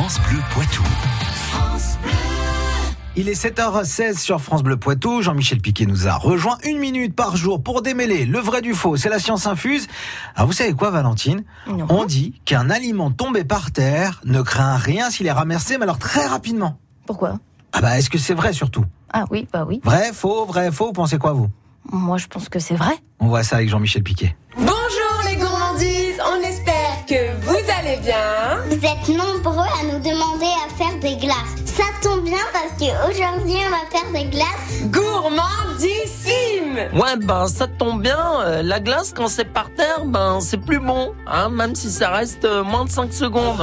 France Bleu Poitou. Il est 7h16 sur France Bleu Poitou. Jean-Michel Piquet nous a rejoint 1 minute par jour pour démêler le vrai du faux. C'est la science infuse. Alors vous savez quoi, Valentine ? Non. On dit qu'un aliment tombé par terre ne craint rien s'il est ramassé, mais alors très rapidement. Pourquoi ? Est-ce que c'est vrai surtout ? Ah oui, bah oui. Vrai, faux, vous pensez quoi vous ? Moi, je pense que c'est vrai. On voit ça avec Jean-Michel Piquet. Bonjour les gourmandises, on espère que vous allez bien. Vous êtes nombreux à nous demander à faire des glaces. Ça tombe bien parce qu'aujourd'hui on va faire des glaces Gourmandissime. Ouais, ça tombe bien. La glace, quand c'est par terre, c'est plus bon. Même si ça reste moins de 5 secondes.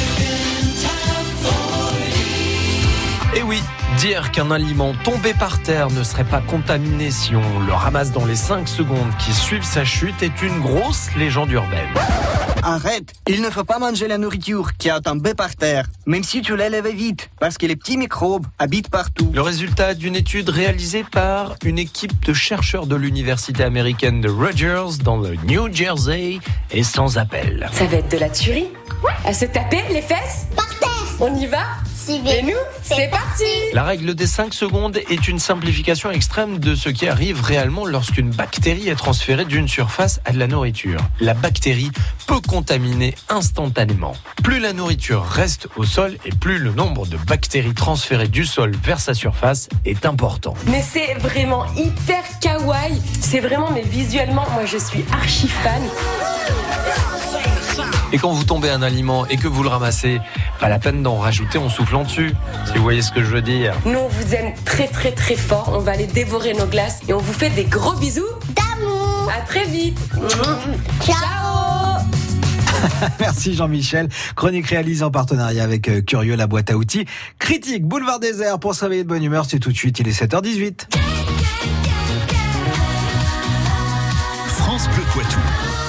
Et oui, dire qu'un aliment tombé par terre ne serait pas contaminé si on le ramasse dans les 5 secondes qui suivent sa chute est une grosse légende urbaine. Arrête, il ne faut pas manger la nourriture qui est tombée par terre, même si tu l'élèves vite, parce que les petits microbes habitent partout. Le résultat d'une étude réalisée par une équipe de chercheurs de l'université américaine de Rutgers dans le New Jersey est sans appel. Ça va être de la tuerie. À se taper les fesses. par terre. On y va. Et nous, c'est parti. La règle des 5 secondes est une simplification extrême de ce qui arrive réellement lorsqu'une bactérie est transférée d'une surface à de la nourriture. La bactérie peut contaminer instantanément. Plus la nourriture reste au sol et plus le nombre de bactéries transférées du sol vers sa surface est important. Mais c'est vraiment hyper kawaii. C'est vraiment, mais visuellement, moi je suis archi fan. Et quand vous tombez un aliment et que vous le ramassez, pas la peine d'en rajouter en soufflant dessus, si vous voyez ce que je veux dire. Nous, on vous aime très très très fort. On va aller dévorer nos glaces et on vous fait des gros bisous. D'amour. À très vite. Ciao. Merci Jean-Michel. Chronique réalisée en partenariat avec Curieux, la boîte à outils. Critique, Boulevard Désert pour se réveiller de bonne humeur. C'est tout de suite, il est 7h18. France Bleu Poitou.